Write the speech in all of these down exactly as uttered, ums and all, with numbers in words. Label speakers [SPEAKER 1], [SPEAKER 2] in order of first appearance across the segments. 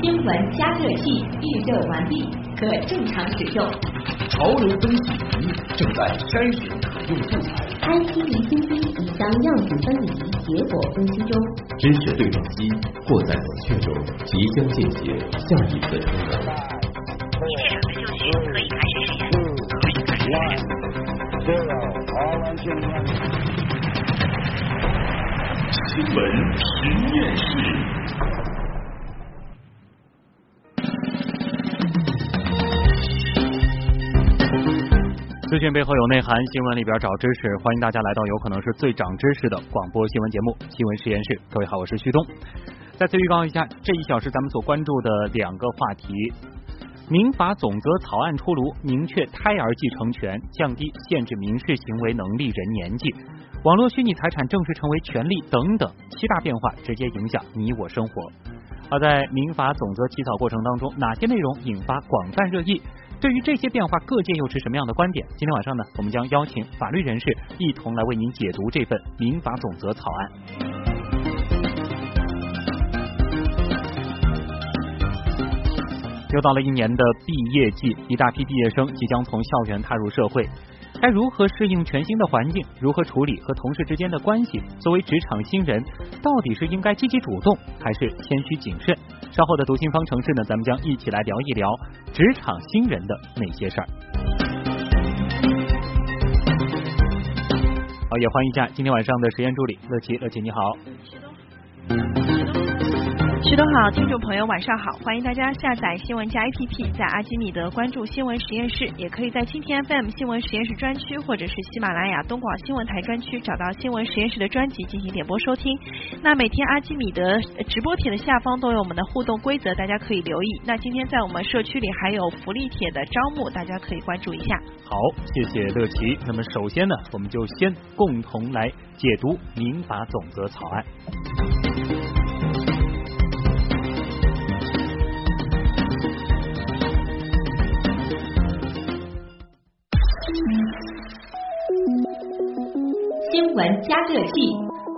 [SPEAKER 1] 新闻加热器预热完毕，可正常使用。
[SPEAKER 2] 潮流分析仪正在筛选可用素材。
[SPEAKER 3] I T 离心机已将样品分离，结果分析中。
[SPEAKER 2] 知识对撞机或在冷却中，即将进行下一次充能。
[SPEAKER 4] 机械手的就绪，可以开始实验。可以开始实验。
[SPEAKER 5] 新闻实验室。
[SPEAKER 6] 资讯背后有内涵，新闻里边找知识。欢迎大家来到有可能是最长知识的广播新闻节目《新闻实验室》。各位好，我是旭东。再次预告一下，这一小时咱们所关注的两个话题：民法总则草案出炉，明确胎儿继承权，降低限制民事行为能力人年纪；网络虚拟财产正式成为权利等等七大变化，直接影响你我生活。而在民法总则起草过程当中，哪些内容引发广泛热议？对于这些变化，各界又持什么样的观点？今天晚上呢，我们将邀请法律人士一同来为您解读这份民法总则草案。又到了一年的毕业季，一大批毕业生即将从校园踏入社会，该如何适应全新的环境？如何处理和同事之间的关系？作为职场新人，到底是应该积极主动，还是谦虚谨慎？稍后的读心方程式呢，咱们将一起来聊一聊职场新人的那些事儿。好，也欢迎一下今天晚上的实验助理乐琪，乐琪你好。
[SPEAKER 7] 徐东好，听众朋友晚上好，欢迎大家下载新闻加 A P P， 在阿基米德关注新闻实验室，也可以在蜻蜓 F M 新闻实验室专区或者是喜马拉雅东广新闻台专区找到新闻实验室的专辑进行点播收听。那每天阿基米德直播帖的下方都有我们的互动规则，大家可以留意。那今天在我们社区里还有福利帖的招募，大家可以关注一下。
[SPEAKER 6] 好，谢谢乐琪。那么首先呢，我们就先共同来解读民法总则草案。
[SPEAKER 1] 新闻加热器。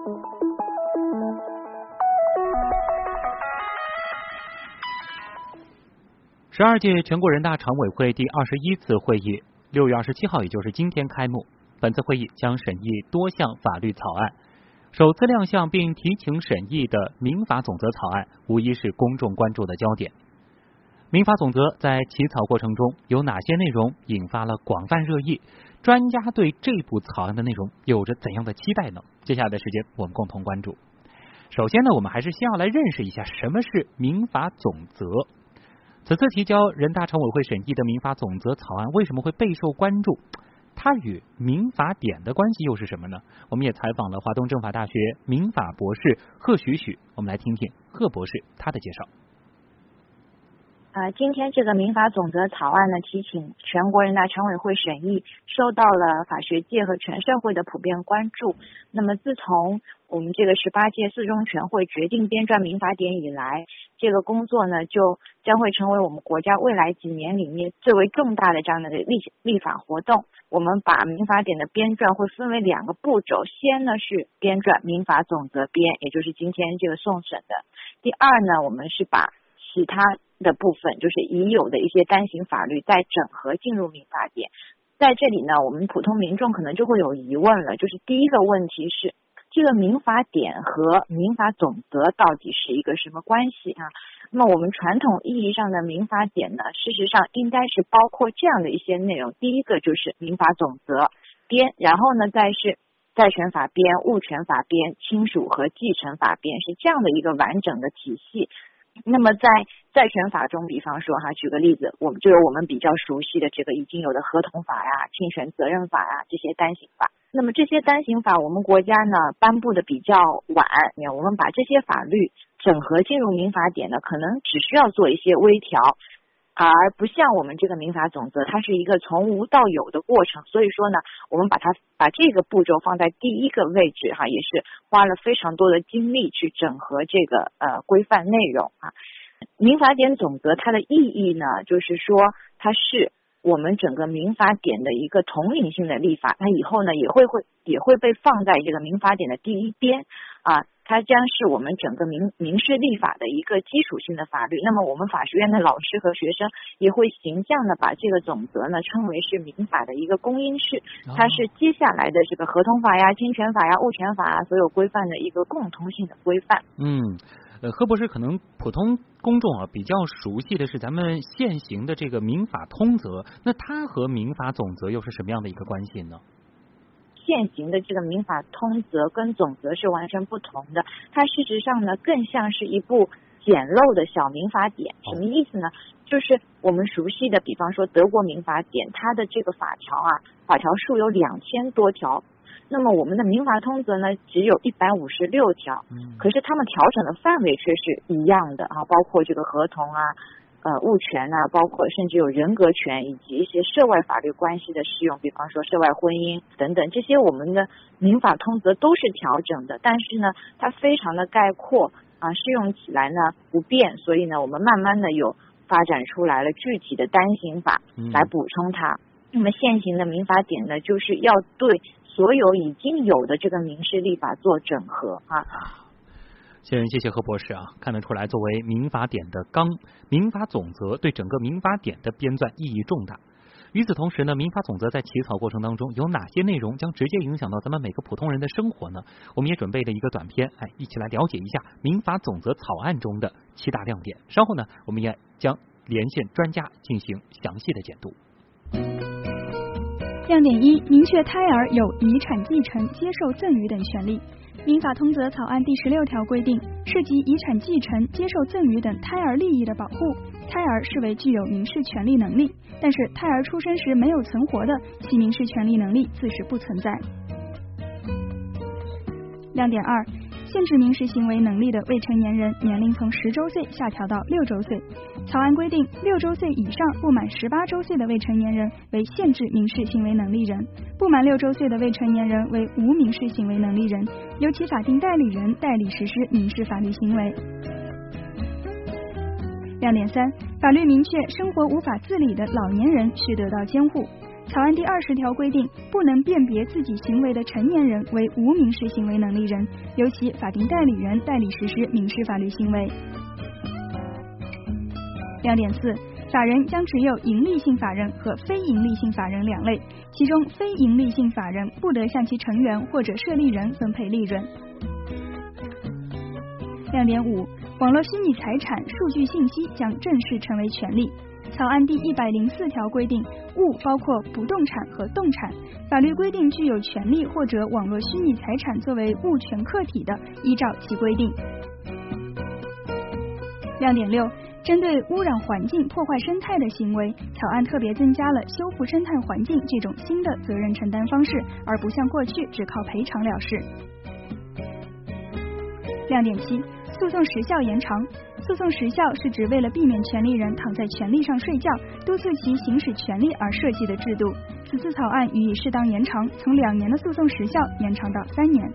[SPEAKER 6] 十二届全国人大常委会第二十一次会议六月二十七号，也就是今天开幕。本次会议将审议多项法律草案，首次亮相并提请审议的民法总则草案，无疑是公众关注的焦点。民法总则在起草过程中有哪些内容引发了广泛热议？专家对这部草案的内容有着怎样的期待呢？接下来的时间我们共同关注。首先呢，我们还是先要来认识一下什么是民法总则。此次提交人大常委会审议的民法总则草案为什么会备受关注？它与民法典的关系又是什么呢？我们也采访了华东政法大学民法博士贺许许，我们来听听贺博士他的介绍。
[SPEAKER 8] 呃，今天这个民法总则草案呢，提请全国人大常委会审议，受到了法学界和全社会的普遍关注。那么自从我们这个十八届四中全会决定编撰民法典以来，这个工作呢，就将会成为我们国家未来几年里面最为重大的这样的立立法活动。我们把民法典的编撰会分为两个步骤，先呢是编撰民法总则编，也就是今天这个送审的。第二呢，我们是把其他的部分，就是已有的一些单行法律再整合进入民法典。在这里呢，我们普通民众可能就会有疑问了，就是第一个问题是，这个民法典和民法总则到底是一个什么关系啊？那么我们传统意义上的民法典呢，事实上应该是包括这样的一些内容，第一个就是民法总则编，然后呢再是债权法编、物权法编、亲属和继承法编，是这样的一个完整的体系。那么在债权法中，比方说哈，举个例子，我们就有我们比较熟悉的这个已经有的合同法呀、侵权责任法呀这些单行法。那么这些单行法我们国家呢颁布的比较晚，我们把这些法律整合进入民法典呢，可能只需要做一些微调，而不像我们这个民法总则，它是一个从无到有的过程。所以说呢，我们把它把这个步骤放在第一个位置哈，也是花了非常多的精力去整合这个呃规范内容啊。民法典总则它的意义呢，就是说它是我们整个民法典的一个统领性的立法，它以后呢也会会也会被放在这个民法典的第一编啊。 它将是我们整个民民事立法的一个基础性的法律。那么我们法学院的老师和学生也会形象的把这个总则呢称为是民法的一个公因式，它是接下来的这个合同法呀、侵权法呀、物权法啊所有规范的一个共通性的规范。
[SPEAKER 6] 嗯。呃，何博士可能普通公众啊比较熟悉的是咱们现行的这个民法通则，那它和民法总则又是什么样的一个关系呢？
[SPEAKER 8] 现行的这个民法通则跟总则是完全不同的，它事实上呢更像是一部简陋的小民法典。什么意思呢？就是我们熟悉的，比方说德国民法典，它的这个法条啊，法条数有两千多条。那么我们的民法通则呢，只有一百五十六条，可是他们调整的范围却是一样的啊，包括这个合同啊、呃物权啊，包括甚至有人格权以及一些涉外法律关系的适用，比方说涉外婚姻等等，这些我们的民法通则都是调整的，但是呢，它非常的概括啊，适用起来呢不便，所以呢，我们慢慢的有发展出来了具体的单行法来补充它。嗯、那么现行的民法典呢，就是要对所有已经有的这个民事立法做整合啊。
[SPEAKER 6] 先谢谢何博士啊，看得出来，作为民法典的纲，民法总则对整个民法典的编纂意义重大。与此同时呢，民法总则在起草过程当中有哪些内容将直接影响到咱们每个普通人的生活呢？我们也准备了一个短片，哎，一起来了解一下民法总则草案中的七大亮点。稍后呢，我们也将连线专家进行详细的解读。
[SPEAKER 9] 亮点一，明确胎儿有遗产继承、接受赠与等权利。民法通则草案第十六条规定，涉及遗产继承、接受赠与等胎儿利益的保护，胎儿视为具有民事权利能力，但是胎儿出生时没有存活的，其民事权利能力自是不存在。亮点二，限制民事行为能力的未成年人年龄从十周岁下调到六周岁。草案规定，六周岁以上不满十八周岁的未成年人为限制民事行为能力人，不满六周岁的未成年人为无民事行为能力人，由其法定代理人代理实施民事法律行为。亮点三，法律明确生活无法自理的老年人需得到监护。草案第二十条规定，不能辨别自己行为的成年人为无民事行为能力人，由其法定代理人代理实施民事法律行为。亮点四，法人将只有盈利性法人和非盈利性法人两类，其中非盈利性法人不得向其成员或者设立人分配利润。亮点五，网络虚拟财产数据信息将正式成为权利。草案第一百零四条规定，物包括不动产和动产，法律规定具有权利或者网络虚拟财产作为物权客体的，依照其规定。亮点六，针对污染环境、破坏生态的行为，草案特别增加了修复生态环境这种新的责任承担方式，而不像过去只靠赔偿了事。亮点七，诉讼时效延长。诉讼时效是指为了避免权利人躺在权利上睡觉，督促其行使权利而设计的制度。此次草案予以适当延长，从两年的诉讼时效延长到三年。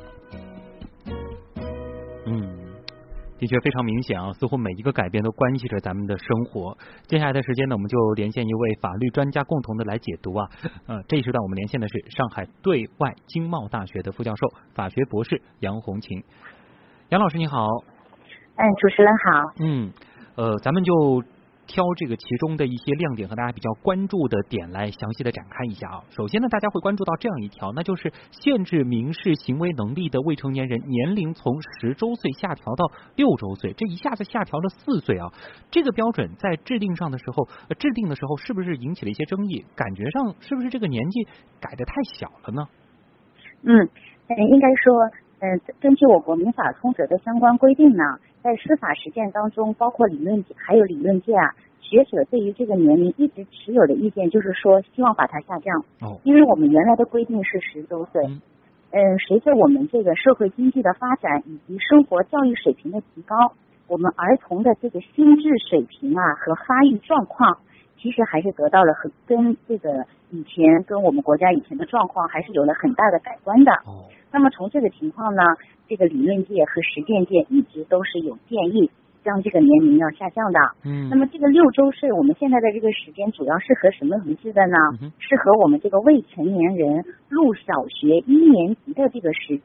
[SPEAKER 6] 嗯，的确非常明显啊，似乎每一个改变都关系着咱们的生活。接下来的时间呢，我们就连线一位法律专家，共同的来解读啊。呃，这一时段我们连线的是上海对外经贸大学的副教授、法学博士杨红琴。杨老师你好。
[SPEAKER 10] 嗯，主持人好。
[SPEAKER 6] 嗯，呃，咱们就挑这个其中的一些亮点和大家比较关注的点来详细的展开一下啊。首先呢，大家会关注到这样一条，那就是限制民事行为能力的未成年人年龄从十周岁下调到六周岁，这一下子下调了四岁啊。这个标准在制定上的时候，呃、制定的时候是不是引起了一些争议？感觉上是不是这个年纪改得太小了呢？
[SPEAKER 10] 嗯，呃，应该说，呃，根据我国民法通则的相关规定呢，在司法实践当中，包括理论界还有理论界啊，学者对于这个年龄一直持有的意见就是说，希望把它下降。哦。因为我们原来的规定是十周岁。嗯。呃，随着我们这个社会经济的发展以及生活教育水平的提高，我们儿童的这个心智水平啊和发育状况，其实还是得到了很跟这个以前跟我们国家以前的状况还是有了很大的改观的。哦。那么从这个情况呢，这个理论界和实践界一直都是有建议将这个年龄要下降的。嗯。那么这个六周岁，我们现在的这个时间主要是和什么一致的呢？嗯、是和我们这个未成年人入小学一年级的这个时间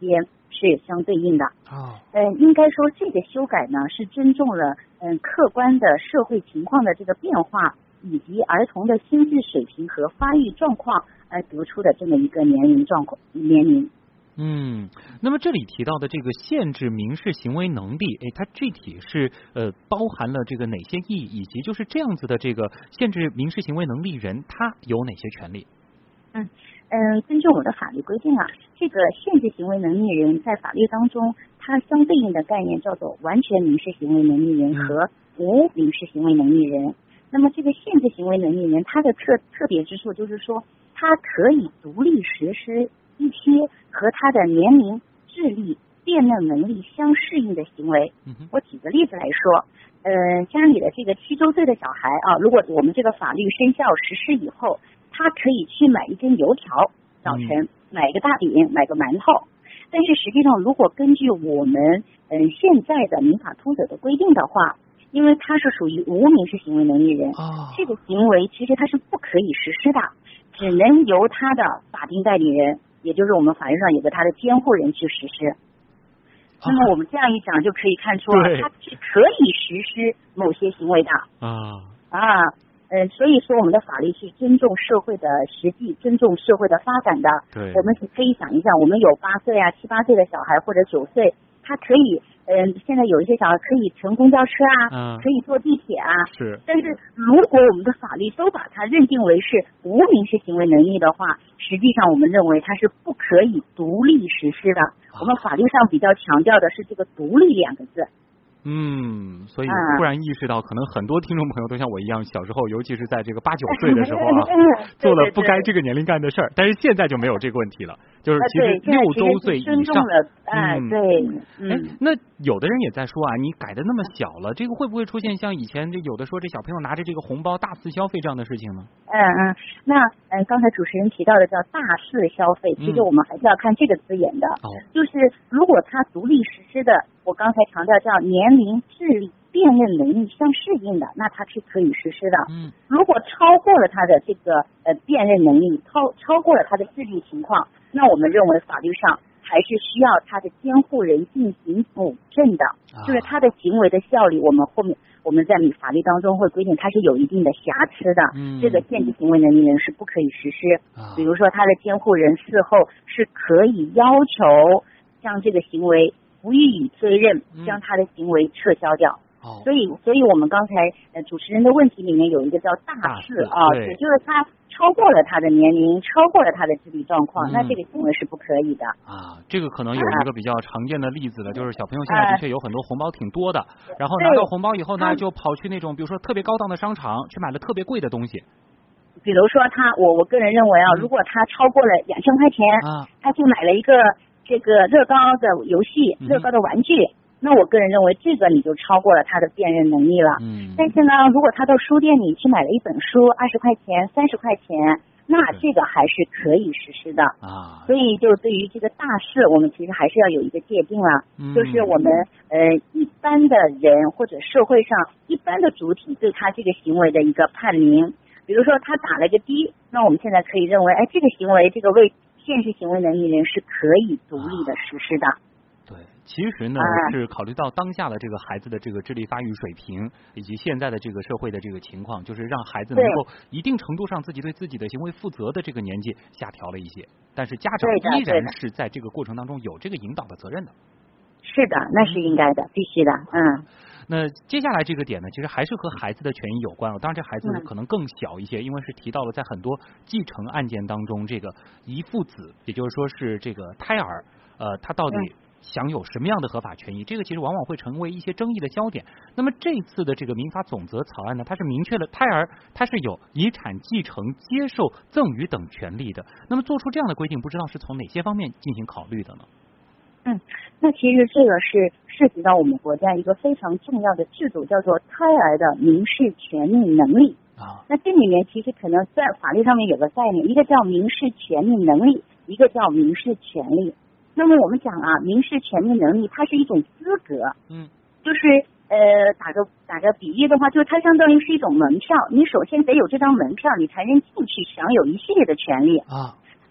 [SPEAKER 10] 是相对应的。
[SPEAKER 6] 哦，
[SPEAKER 10] 呃，应该说这个修改呢是尊重了嗯、呃、客观的社会情况的这个变化，以及儿童的心智水平和发育状况而得出的这么一个年龄状况年龄。
[SPEAKER 6] 嗯，那么这里提到的这个限制民事行为能力，哎，它具体是呃包含了这个哪些意义，以及就是这样子的这个限制民事行为能力人他有哪些权利？
[SPEAKER 10] 嗯嗯，根据我们的法律规定啊，这个限制行为能力人在法律当中，它相对应的概念叫做完全民事行为能力人和无民事行为能力人。嗯、那么这个限制行为能力人，它的特特别之处就是说，它可以独立实施一些和他的年龄、智力、辨认能力相适应的行为。我举个例子来说，呃，家里的这个七周岁的小孩啊，如果我们这个法律生效实施以后，他可以去买一根油条，早晨买一个大饼，买个馒头。但是实际上，如果根据我们嗯、呃、现在的民法通则的规定的话，因为他是属于无民事行为能力人，
[SPEAKER 6] 哦、
[SPEAKER 10] 这个行为其实他是不可以实施的，只能由他的法定代理人，也就是我们法律上有个他的监护人去实施。那么我们这样一讲就可以看出，他是可以实施某些行为的
[SPEAKER 6] 啊
[SPEAKER 10] 啊，嗯，所以说我们的法律是尊重社会的实际，尊重社会的发展的。
[SPEAKER 6] 对，
[SPEAKER 10] 我们可以想一想，我们有八岁啊、七八岁的小孩或者九岁，他可以，嗯，现在有一些小孩可以乘公交车啊，
[SPEAKER 6] 嗯、
[SPEAKER 10] 可以坐地铁啊。
[SPEAKER 6] 是。
[SPEAKER 10] 但是如果我们的法律都把它认定为是无民事行为能力的话，实际上我们认为它是不可以独立实施的。我们法律上比较强调的是这个独立两个字。
[SPEAKER 6] 嗯，所以突然意识到，可能很多听众朋友都像我一样，小时候，尤其是在这个八九岁的时候啊，做了不该这个年龄干的事儿。但是现在就没有这个问题了，就是其实六周岁以上，
[SPEAKER 10] 嗯，对，
[SPEAKER 6] 哎，那有的人也在说啊，你改的那么小了，这个会不会出现像以前这有的说这小朋友拿着这个红包大肆消费这样的事情呢？
[SPEAKER 10] 嗯嗯，那嗯，刚才主持人提到的叫大肆消费，其实我们还是要看这个字眼的，
[SPEAKER 6] 哦、
[SPEAKER 10] 就是如果他独立实施的。我刚才强调叫年龄、智力、辨认能力相适应的，那它是可以实施的。
[SPEAKER 6] 嗯，
[SPEAKER 10] 如果超过了他的这个呃辨认能力，超超过了他的智力情况，那我们认为法律上还是需要他的监护人进行补正的，
[SPEAKER 6] 啊、
[SPEAKER 10] 就是他的行为的效力，我们后面我们在法律当中会规定它是有一定的瑕疵的。
[SPEAKER 6] 嗯，
[SPEAKER 10] 这个限制行为能力人是不可以实施。
[SPEAKER 6] 啊、
[SPEAKER 10] 比如说他的监护人事后是可以要求将这个行为不予以追认，将他的行为撤销掉。
[SPEAKER 6] 哦、
[SPEAKER 10] 所以，所以我们刚才呃主持人的问题里面有一个叫大肆啊，
[SPEAKER 6] 对，
[SPEAKER 10] 就是他超过了他的年龄，超过了他的智力状况，嗯、那这个行为是不可以的。
[SPEAKER 6] 啊，这个可能有一个比较常见的例子的，啊、就是小朋友现在的确有很多红包挺多的，啊、然后拿到红包以后呢，就跑去那种比如说特别高档的商场去买了特别贵的东西。
[SPEAKER 10] 比如说他，我我个人认为啊，
[SPEAKER 6] 嗯、
[SPEAKER 10] 如果他超过了两千块钱，
[SPEAKER 6] 啊，
[SPEAKER 10] 他去买了一个。这个乐高的游戏，乐高的玩具，嗯、那我个人认为这个你就超过了他的辨认能力了。
[SPEAKER 6] 嗯。
[SPEAKER 10] 但是呢，如果他到书店里去买了一本书，二十块钱、三十块钱，那这个还是可以实施的。
[SPEAKER 6] 啊。
[SPEAKER 10] 所以就对于这个大事，我们其实还是要有一个界定了，
[SPEAKER 6] 嗯、
[SPEAKER 10] 就是我们呃一般的人或者社会上一般的主体对他这个行为的一个判明。比如说他打了个的，那我们现在可以认为，哎，这个行为这个为限制行为能力人是可以独立的实施的。
[SPEAKER 6] 对，其实呢、啊、是考虑到当下的这个孩子的这个智力发育水平，以及现在的这个社会的这个情况，就是让孩子能够一定程度上自己对自己的行为负责的这个年纪下调了一些，但是家长依然是在这个过程当中有这个引导的责任的。
[SPEAKER 10] 是的，那是应该的，必须的，嗯。
[SPEAKER 6] 那接下来这个点呢，其实还是和孩子的权益有关了。当然，这孩子可能更小一些，因为是提到了在很多继承案件当中，这个遗父子，也就是说是这个胎儿，呃，他到底享有什么样的合法权益？这个其实往往会成为一些争议的焦点。那么这次的这个民法总则草案呢，它是明确了胎儿他是有遗产继承、接受、赠与等权利的。那么做出这样的规定，不知道是从哪些方面进行考虑的呢？
[SPEAKER 10] 嗯，那其实这个是涉及到我们国家一个非常重要的制度，叫做胎儿的民事权利能力
[SPEAKER 6] 啊。
[SPEAKER 10] 那这里面其实可能在法律上面有个概念，一个叫民事权利能力，一个叫民事权利。那么我们讲啊，民事权利能力它是一种资格，
[SPEAKER 6] 嗯，
[SPEAKER 10] 就是呃打个打个比喻的话，就是它相当于是一种门票，你首先得有这张门票，你才能进去享有一系列的权利
[SPEAKER 6] 啊。
[SPEAKER 10] 那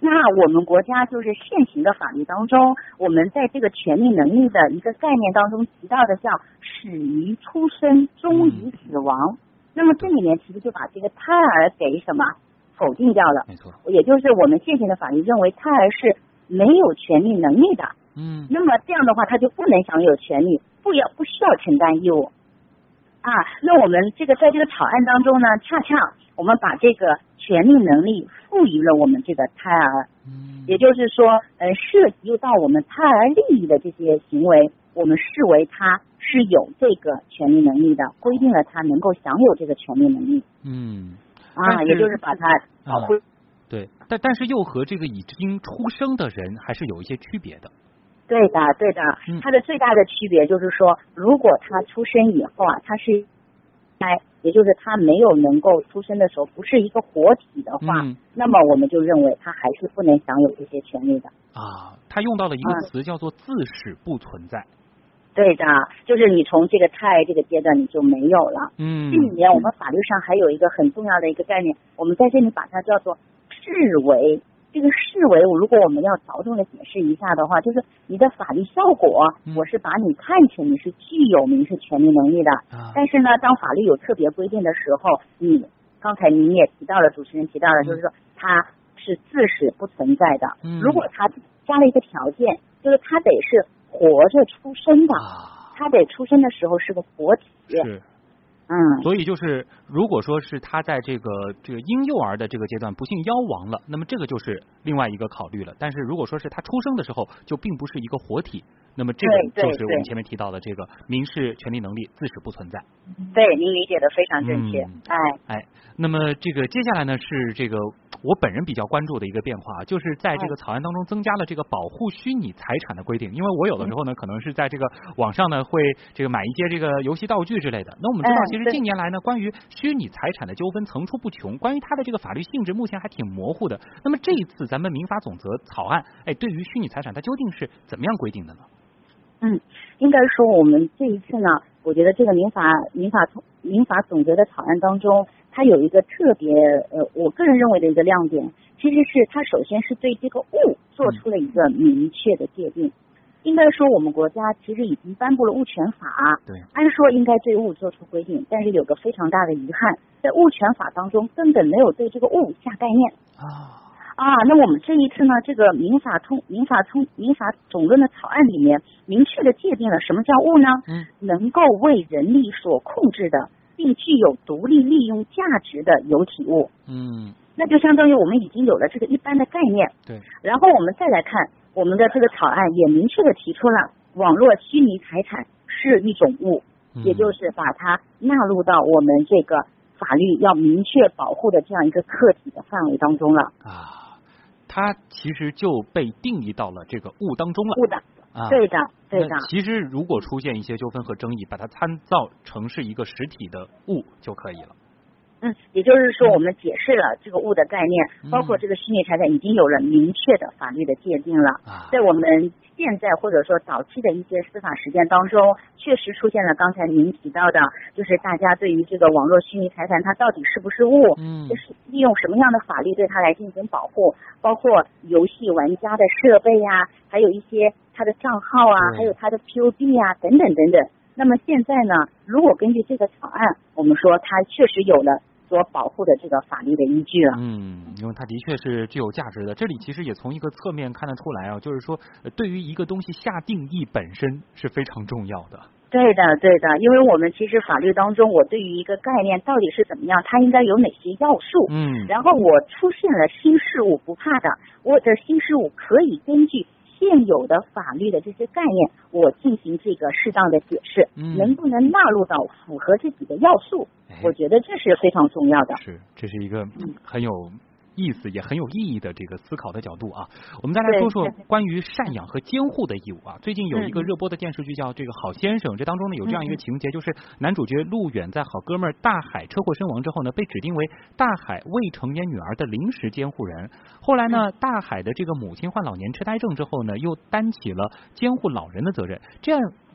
[SPEAKER 10] 那我们国家就是现行的法律当中，我们在这个权利能力的一个概念当中提到的叫始于出生，终于死亡。嗯、那么这里面其实就把这个胎儿给什么否定掉了。
[SPEAKER 6] 没错，
[SPEAKER 10] 也就是我们现行的法律认为胎儿是没有权利能力的。
[SPEAKER 6] 嗯，
[SPEAKER 10] 那么这样的话，他就不能享有权利，不要不需要承担义务。啊，那我们这个在这个草案当中呢，恰恰我们把这个权利能力赋予了我们这个胎儿，嗯，也就是说，呃，涉及到我们胎儿利益的这些行为，我们视为他是有这个权利能力的，规定了他能够享有这个权利能力。
[SPEAKER 6] 嗯，
[SPEAKER 10] 啊，也就是把他保护。
[SPEAKER 6] 啊、对，但但是又和这个已经出生的人还是有一些区别的。
[SPEAKER 10] 对的，对的，它的最大的区别就是说，如果他出生以后啊，他是胎，也就是他没有能够出生的时候不是一个活体的话，嗯、那么我们就认为他还是不能享有这些权利的。
[SPEAKER 6] 啊，他用到了一个词叫做自始不存在。嗯、
[SPEAKER 10] 对的，就是你从这个胎这个阶段你就没有了。
[SPEAKER 6] 嗯，
[SPEAKER 10] 这里面我们法律上还有一个很重要的一个概念，我们在这里把它叫做视为。这个视为，如果我们要着重的解释一下的话，就是你的法律效果，嗯、我是把你看成你是具有民事权利能力的，啊、但是呢，当法律有特别规定的时候，你刚才您也提到了，主持人提到了，嗯、就是说它是自始不存在的。嗯、如果他加了一个条件，就是他得是活着出生的，他、啊、得出生的时候是个活体。
[SPEAKER 6] 是。
[SPEAKER 10] 嗯，
[SPEAKER 6] 所以就是如果说是他在这个这个婴幼儿的这个阶段不幸夭亡了，那么这个就是另外一个考虑了。但是如果说是他出生的时候就并不是一个活体，那么这个就是我们前面提到的这个民事权利能力自始不存在。
[SPEAKER 10] 对，您理解的非常正确。
[SPEAKER 6] 嗯、
[SPEAKER 10] 哎
[SPEAKER 6] 哎，那么这个接下来呢是这个我本人比较关注的一个变化，就是在这个草案当中增加了这个保护虚拟财产的规定。因为我有的时候呢可能是在这个网上呢会这个买一些这个游戏道具之类的。那我们知道其实近年来呢关于虚拟财产的纠纷层出不穷，关于它的这个法律性质目前还挺模糊的。那么这一次咱们民法总则草案，哎，对于虚拟财产它究竟是怎么样规定的呢？
[SPEAKER 10] 嗯，应该说我们这一次呢，我觉得这个民法民法民法总则的草案当中，它有一个特别呃，我个人认为的一个亮点，其实是它首先是对这个物做出了一个明确的界定。嗯、应该说我们国家其实已经颁布了物权法，
[SPEAKER 6] 对，
[SPEAKER 10] 按说应该对物做出规定，但是有个非常大的遗憾，在物权法当中根本没有对这个物下概念
[SPEAKER 6] 啊。
[SPEAKER 10] 啊，那我们这一次呢，这个民法通民法通民法总论的草案里面明确的界定了什么叫物呢？
[SPEAKER 6] 嗯，
[SPEAKER 10] 能够为人力所控制的，并具有独立利用价值的有体物。
[SPEAKER 6] 嗯，
[SPEAKER 10] 那就相当于我们已经有了这个一般的概念。
[SPEAKER 6] 对。
[SPEAKER 10] 然后我们再来看我们的这个草案也明确的提出了网络虚拟财产是一种物，
[SPEAKER 6] 嗯、
[SPEAKER 10] 也就是把它纳入到我们这个法律要明确保护的这样一个客体的范围当中了。
[SPEAKER 6] 啊。它其实就被定义到了这个物当中了。
[SPEAKER 10] 物的，
[SPEAKER 6] 啊，
[SPEAKER 10] 对的，对的。
[SPEAKER 6] 其实如果出现一些纠纷和争议，把它参照成是一个实体的物就可以了。
[SPEAKER 10] 嗯，也就是说，我们解释了这个物的概念，
[SPEAKER 6] 嗯、
[SPEAKER 10] 包括这个虚拟财产已经有了明确的法律的界定了。
[SPEAKER 6] 啊、
[SPEAKER 10] 在我们现在或者说早期的一些司法实践当中，确实出现了刚才您提到的，就是大家对于这个网络虚拟财产它到底是不是物，
[SPEAKER 6] 嗯，
[SPEAKER 10] 就是利用什么样的法律对它来进行保护，包括游戏玩家的设备呀、啊，还有一些他的账号啊，还有他的 P O B 啊，等等等等。那么现在呢，如果根据这个草案，我们说它确实有了所保护的这个法律的依据了。
[SPEAKER 6] 嗯，因为它的确是具有价值的。这里其实也从一个侧面看得出来啊，就是说对于一个东西下定义本身是非常重要的。
[SPEAKER 10] 对的，对的，因为我们其实法律当中，我对于一个概念到底是怎么样，它应该有哪些要素，
[SPEAKER 6] 嗯，
[SPEAKER 10] 然后我出现了新事物不怕的，我的新事物可以根据现有的法律的这些概念，我进行这个适当的解释，
[SPEAKER 6] 嗯，
[SPEAKER 10] 能不能纳入到符合自己的要素，
[SPEAKER 6] 哎、
[SPEAKER 10] 我觉得这是非常重要的。
[SPEAKER 6] 是，这是一个很有意思也很有意义的这个思考的角度啊。我们再来说说关于赡养和监护的义务啊。最近有一个热播的电视剧叫这个好先生，这当中呢有这样一个情节，就是男主角陆远在好哥们儿大海车祸身亡之后呢，被指定为大海未成年女儿的临时监护人。后来呢，大海的这个母亲患老年痴呆症之后呢，又担起了监护老人的责任。这样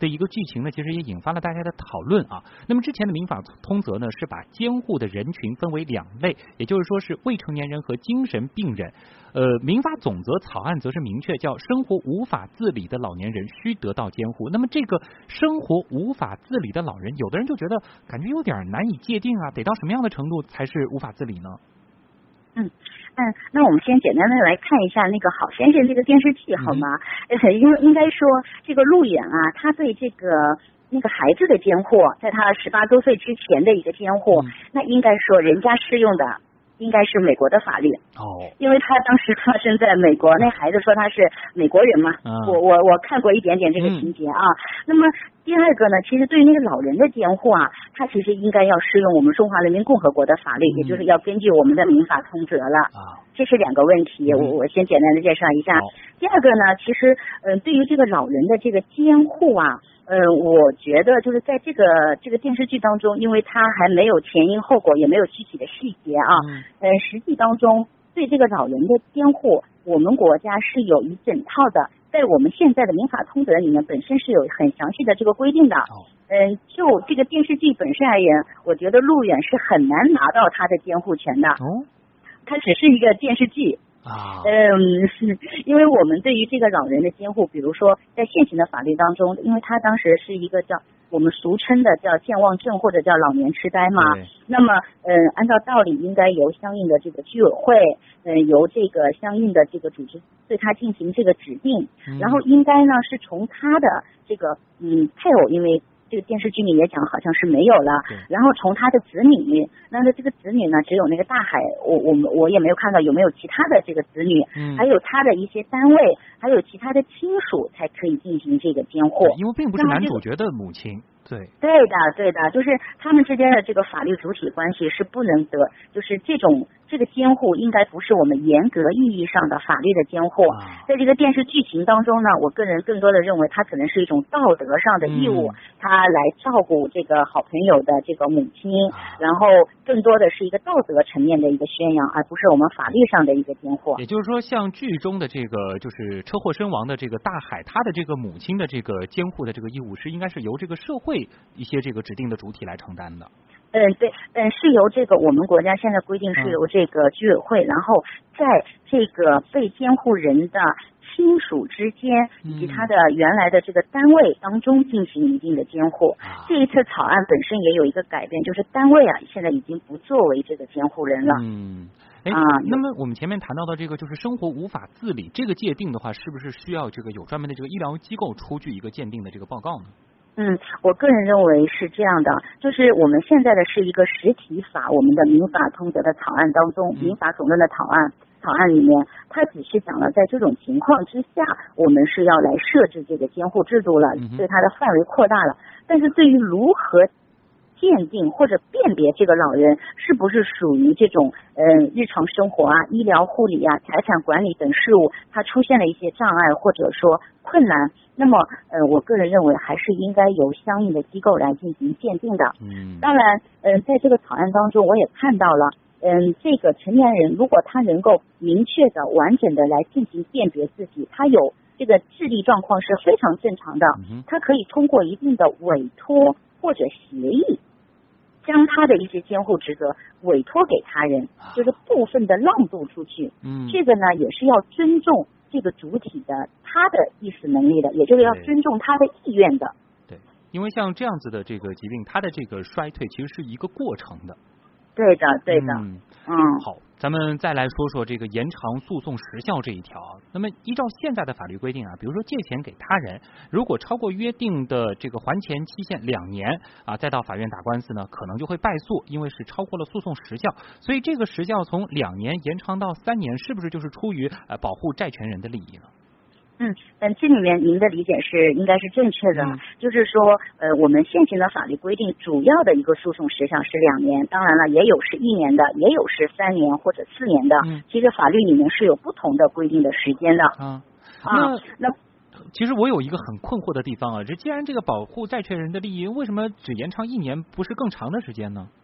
[SPEAKER 6] 的一个剧情呢，其实也引发了大家的讨论啊。那么之前的民法通则呢，是把监护的人群分为两类，也就是说是未成年人和精神病人。呃，民法总则草案则是明确叫生活无法自理的老年人需得到监护。那么这个生活无法自理的老人，有的人就觉得感觉有点难以界定啊，得到什么样的程度才是无法自理呢？
[SPEAKER 10] 嗯嗯，那我们先简单的来看一下那个《好先生》这个电视剧好吗？嗯，因为应该说这个陆远啊，他对这个那个孩子的监护，在他十八周岁之前的一个监护，嗯、那应该说人家适用的应该是美国的法律
[SPEAKER 6] 哦，
[SPEAKER 10] 因为他当时发生在美国，那孩子说他是美国人嘛，嗯、我我我看过一点点这个情节啊。嗯、那么第二个呢，其实对于那个老人的监护啊，他其实应该要适用我们中华人民共和国的法律，嗯、也就是要根据我们的民法通则了啊。这是两个问题，我我先简单的介绍一下。第二个呢，其实嗯、呃，对于这个老人的这个监护啊。呃，我觉得就是在这个这个电视剧当中，因为它还没有前因后果，也没有具体的细节啊。嗯。呃，实际当中对这个老人的监护，我们国家是有一整套的，在我们现在的民法通则里面本身是有很详细的这个规定的。哦。嗯，就这个电视剧本身而言，我觉得陆远是很难拿到他的监护权的。哦。它只是一个电视剧。啊，嗯，是因为我们对于这个老人的监护，比如说在现行的法律当中，因为他当时是一个叫我们俗称的叫健忘症或者叫老年痴呆嘛，那么嗯，按照道理应该由相应的这个居委会，嗯，由这个相应的这个组织对他进行这个指定，嗯、然后应该呢是从他的这个嗯配偶，因为这个电视剧里也讲好像是没有了，然后从他的子女，那么这个子女呢，只有那个大海，我我们我也没有看到有没有其他的这个子女，嗯、还有他的一些单位，还有其他的亲属才可以进行这个监护，
[SPEAKER 6] 因为并不是男主角的母亲。对，
[SPEAKER 10] 对的，对的，就是他们之间的这个法律主体关系是不能得，就是这种这个监护应该不是我们严格意义上的法律的监护。啊、在这个电视剧情当中呢，我个人更多的认为它可能是一种道德上的义务，他、嗯、来照顾这个好朋友的这个母亲，啊、然后更多的是一个道德层面的一个宣扬，而不是我们法律上的一个监护。
[SPEAKER 6] 也就是说，像剧中的这个就是车祸身亡的这个大海，他的这个母亲的这个监护的这个义务是应该是由这个社会一些这个指定的主体来承担的。
[SPEAKER 10] 嗯，对，嗯，是由这个我们国家现在规定是由这个居委会，嗯、然后在这个被监护人的亲属之间以及他的原来的这个单位当中进行一定的监护。嗯、这一次草案本身也有一个改变，就是单位啊现在已经不作为这个监护人了。
[SPEAKER 6] 嗯。哎，啊，那么我们前面谈到的这个就是生活无法自理这个界定的话，是不是需要这个有专门的这个医疗机构出具一个鉴定的这个报告呢？
[SPEAKER 10] 嗯，我个人认为是这样的，就是我们现在的是一个实体法，我们的民法通则的草案当中，嗯、民法总论的草案草案里面，它只是讲了在这种情况之下，我们是要来设置这个监护制度了，嗯、对它的范围扩大了，但是对于如何鉴定或者辨别这个老人是不是属于这种嗯日常生活啊、医疗护理啊、财产管理等事务，它出现了一些障碍或者说困难，那么呃，我个人认为还是应该由相应的机构来进行鉴定的。嗯，当然，嗯、呃，在这个草案当中，我也看到了，嗯，这个成年人如果他能够明确的、完整的来进行辨别自己，他有这个智力状况是非常正常的，嗯、他可以通过一定的委托或者协议，将他的一些监护职责委托给他人，就是部分的让渡出去。嗯，这个呢也是要尊重这个主体的他的意识能力的，也就是要尊重他的意愿的。
[SPEAKER 6] 对，因为像这样子的这个疾病，它的这个衰退其实是一个过程的。
[SPEAKER 10] 对的，对的。
[SPEAKER 6] 嗯，嗯好，咱们再来说说这个延长诉讼时效这一条。那么依照现在的法律规定啊，比如说借钱给他人，如果超过约定的这个还钱期限两年啊，再到法院打官司呢，可能就会败诉，因为是超过了诉讼时效。所以这个时效从两年延长到三年，是不是就是出于呃保护债权人的利益呢？
[SPEAKER 10] 嗯，嗯，这里面您的理解是应该是正确的，嗯、就是说，呃，我们现行的法律规定，主要的一个诉讼时效是两年，当然了，也有是一年的，也有是三年或者四年的。嗯，其实法律里面是有不同的规定的时间的。
[SPEAKER 6] 嗯，啊，那其实我有一个很困惑的地方啊，这既然这个保护债权人的利益，为什么只延长一年，不是更长的时间呢？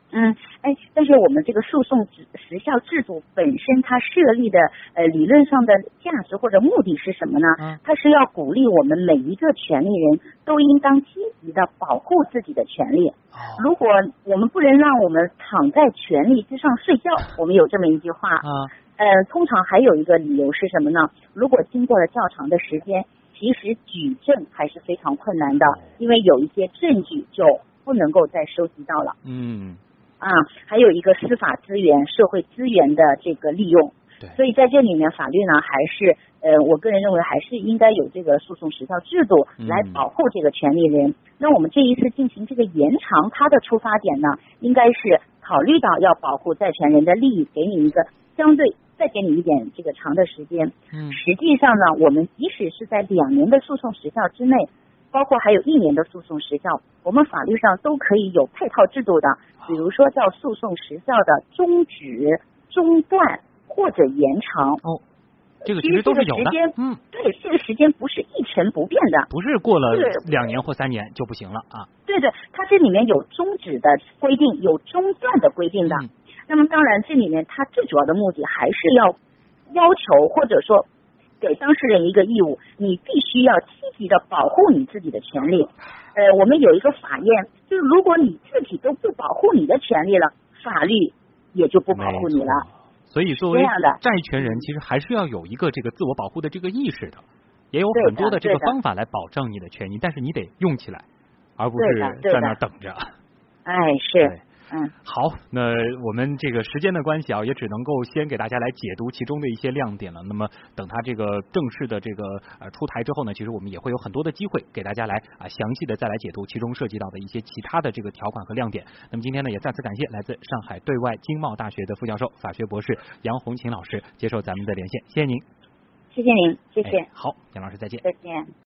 [SPEAKER 10] 嗯，哎，但是我们这个诉讼时时效制度本身，它设立的呃理论上的价值或者目的是什么呢？
[SPEAKER 6] 嗯，
[SPEAKER 10] 它是要鼓励我们每一个权利人都应当积极的保护自己的权利。
[SPEAKER 6] 哦，
[SPEAKER 10] 如果我们不能让我们躺在权利之上睡觉，我们有这么一句话。
[SPEAKER 6] 啊，
[SPEAKER 10] 呃，通常还有一个理由是什么呢？如果经过了较长的时间，其实举证还是非常困难的，因为有一些证据就不能够再收集到了。
[SPEAKER 6] 嗯。
[SPEAKER 10] 啊，还有一个司法资源、社会资源的这个利用，
[SPEAKER 6] 对，
[SPEAKER 10] 所以在这里面，法律呢还是呃，我个人认为还是应该有这个诉讼时效制度来保护这个权利人。嗯、那我们这一次进行这个延长，它的出发点呢，应该是考虑到要保护债权人的利益，给你一个相对再给你一点这个长的时间。
[SPEAKER 6] 嗯，
[SPEAKER 10] 实际上呢，我们即使是在两年的诉讼时效之内，包括还有一年的诉讼时效，我们法律上都可以有配套制度的，比如说叫诉讼时效的终止、中断或者延长。
[SPEAKER 6] 哦，这个其实都是有的。
[SPEAKER 10] 嗯，对，这个时间不是一成不变的，
[SPEAKER 6] 不是过了两年或三年就不行了啊。
[SPEAKER 10] 对对，它这里面有终止的规定，有中断的规定的。嗯、那么当然，这里面它最主要的目的还是要要求或者说给当事人一个义务，你必须要积极的保护你自己的权利。呃，我们有一个法验，就是如果你自己都不保护你的权利了，法律也就不保护你了。
[SPEAKER 6] 所以作为债权人，其实还是要有一个这个自我保护的这个意识的，也有很多的这个方法来保障你的权益，但是你得用起来，而不是在那等着。
[SPEAKER 10] 哎，是。嗯，
[SPEAKER 6] 好，那我们这个时间的关系啊，也只能够先给大家来解读其中的一些亮点了。那么等它这个正式的这个呃出台之后呢，其实我们也会有很多的机会给大家来啊详细的再来解读其中涉及到的一些其他的这个条款和亮点。那么今天呢，也再次感谢来自上海对外经贸大学的副教授、法学博士杨红琴老师接受咱们的连线，谢谢您。
[SPEAKER 10] 谢谢您，谢谢。
[SPEAKER 6] 哎、好，杨老师再见。
[SPEAKER 10] 再见。